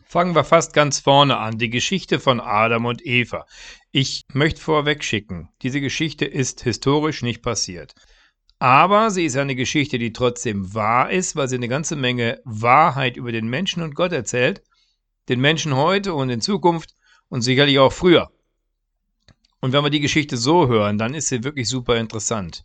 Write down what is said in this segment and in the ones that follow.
Fangen wir fast ganz vorne an, die Geschichte von Adam und Eva. Ich möchte vorweg schicken, diese Geschichte ist historisch nicht passiert. Aber sie ist eine Geschichte, die trotzdem wahr ist, weil sie eine ganze Menge Wahrheit über den Menschen und Gott erzählt. Den Menschen heute und in Zukunft und sicherlich auch früher. Und wenn wir die Geschichte so hören, dann ist sie wirklich super interessant.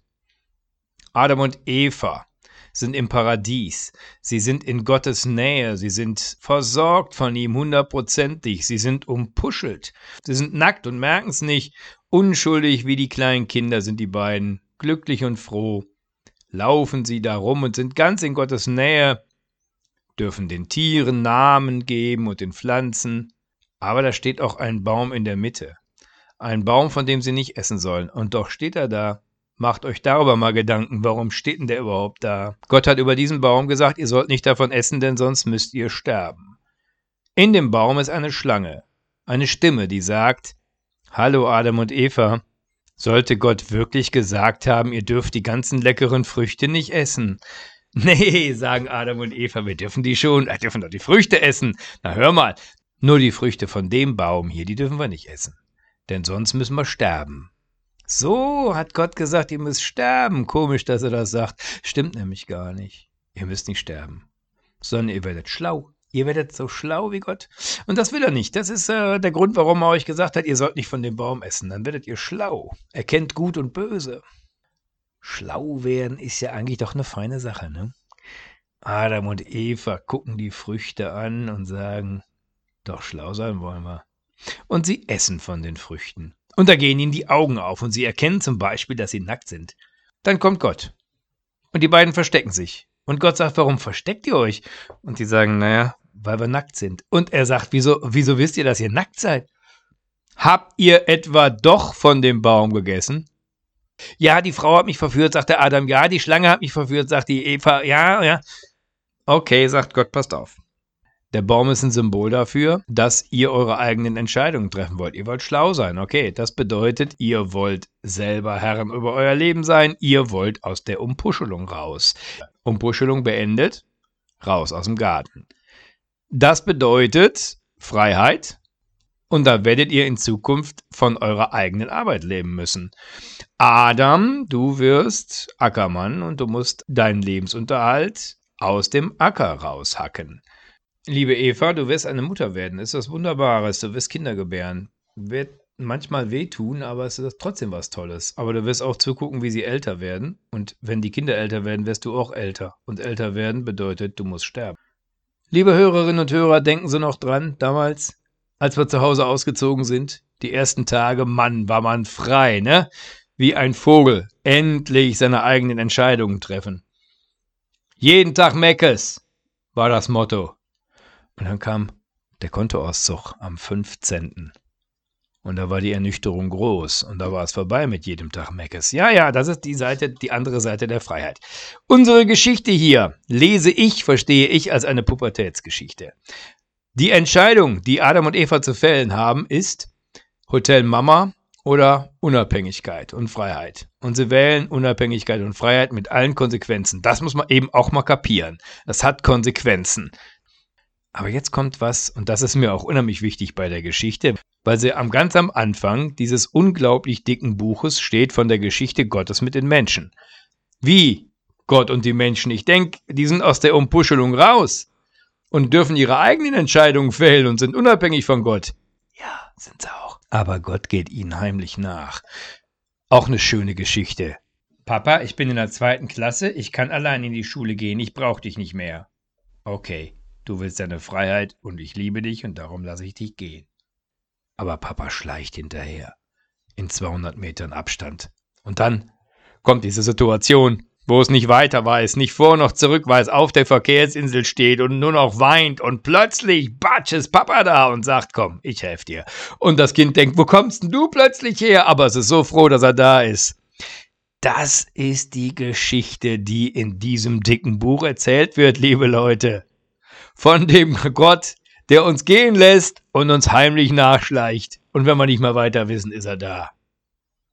Adam und Eva sind im Paradies. Sie sind in Gottes Nähe. Sie sind versorgt von ihm 100%. Sie sind umpuschelt. Sie sind nackt und merken es nicht. Unschuldig wie die kleinen Kinder sind die beiden. Glücklich und froh. Laufen sie da rum und sind ganz in Gottes Nähe. Dürfen den Tieren Namen geben und den Pflanzen. Aber da steht auch ein Baum in der Mitte. Ein Baum, von dem sie nicht essen sollen. Und doch steht er da. Macht euch darüber mal Gedanken, warum steht denn der überhaupt da? Gott hat über diesen Baum gesagt, ihr sollt nicht davon essen, denn sonst müsst ihr sterben. In dem Baum ist eine Schlange, eine Stimme, die sagt, hallo Adam und Eva, sollte Gott wirklich gesagt haben, ihr dürft die ganzen leckeren Früchte nicht essen? Nee, sagen Adam und Eva, wir dürfen die schon, wir dürfen doch die Früchte essen. Na hör mal, nur die Früchte von dem Baum hier, die dürfen wir nicht essen, denn sonst müssen wir sterben. So, hat Gott gesagt, ihr müsst sterben. Komisch, dass er das sagt. Stimmt nämlich gar nicht. Ihr müsst nicht sterben, sondern ihr werdet schlau. Ihr werdet so schlau wie Gott. Und das will er nicht. Das ist der Grund, warum er euch gesagt hat, ihr sollt nicht von dem Baum essen. Dann werdet ihr schlau. Erkennt Gut und Böse. Schlau werden ist ja eigentlich doch eine feine Sache, ne? Adam und Eva gucken die Früchte an und sagen, doch schlau sein wollen wir. Und sie essen von den Früchten. Und da gehen ihnen die Augen auf und sie erkennen zum Beispiel, dass sie nackt sind. Dann kommt Gott. Und die beiden verstecken sich. Und Gott sagt, warum versteckt ihr euch? Und die sagen, naja, weil wir nackt sind. Und er sagt, wieso wisst ihr, dass ihr nackt seid? Habt ihr etwa doch von dem Baum gegessen? Ja, die Frau hat mich verführt, sagt der Adam. Ja, die Schlange hat mich verführt, sagt die Eva. Ja. Okay, sagt Gott, passt auf. Der Baum ist ein Symbol dafür, dass ihr eure eigenen Entscheidungen treffen wollt. Ihr wollt schlau sein, okay. Das bedeutet, ihr wollt selber Herren über euer Leben sein. Ihr wollt aus der Umpuschelung raus. Umpuschelung beendet, raus aus dem Garten. Das bedeutet Freiheit. Und da werdet ihr in Zukunft von eurer eigenen Arbeit leben müssen. Adam, du wirst Ackermann und du musst deinen Lebensunterhalt aus dem Acker raushacken. Liebe Eva, du wirst eine Mutter werden. Ist was Wunderbares. Du wirst Kinder gebären. Wird manchmal wehtun, aber es ist trotzdem was Tolles. Aber du wirst auch zugucken, wie sie älter werden. Und wenn die Kinder älter werden, wirst du auch älter. Und älter werden bedeutet, du musst sterben. Liebe Hörerinnen und Hörer, denken Sie noch dran, damals, als wir zu Hause ausgezogen sind, die ersten Tage, Mann, war man frei, ne? Wie ein Vogel. Endlich seine eigenen Entscheidungen treffen. Jeden Tag Meckes war das Motto. Und dann kam der Kontoauszug am 15. Und da war die Ernüchterung groß. Und da war es vorbei mit jedem Tag Meckes. Ja, das ist die andere Seite der Freiheit. Unsere Geschichte hier verstehe ich als eine Pubertätsgeschichte. Die Entscheidung, die Adam und Eva zu fällen haben, ist Hotel Mama oder Unabhängigkeit und Freiheit. Und sie wählen Unabhängigkeit und Freiheit mit allen Konsequenzen. Das muss man eben auch mal kapieren. Das hat Konsequenzen. Aber jetzt kommt was, und das ist mir auch unheimlich wichtig bei der Geschichte, weil sie ganz am Anfang dieses unglaublich dicken Buches steht von der Geschichte Gottes mit den Menschen. Wie Gott und die Menschen? Ich denke, die sind aus der Umpuschelung raus und dürfen ihre eigenen Entscheidungen fällen und sind unabhängig von Gott. Ja, sind sie auch. Aber Gott geht ihnen heimlich nach. Auch eine schöne Geschichte. Papa, ich bin in der 2. Klasse, ich kann allein in die Schule gehen, ich brauche dich nicht mehr. Okay. Du willst deine Freiheit und ich liebe dich und darum lasse ich dich gehen. Aber Papa schleicht hinterher. In 200 Metern Abstand. Und dann kommt diese Situation, wo es nicht weiter weiß, nicht vor noch zurück weiß, auf der Verkehrsinsel steht und nur noch weint und plötzlich batsch ist Papa da und sagt, komm, ich helfe dir. Und das Kind denkt, wo kommst denn du plötzlich her? Aber es ist so froh, dass er da ist. Das ist die Geschichte, die in diesem dicken Buch erzählt wird, liebe Leute. Von dem Gott, der uns gehen lässt und uns heimlich nachschleicht. Und wenn wir nicht mehr weiter wissen, ist er da.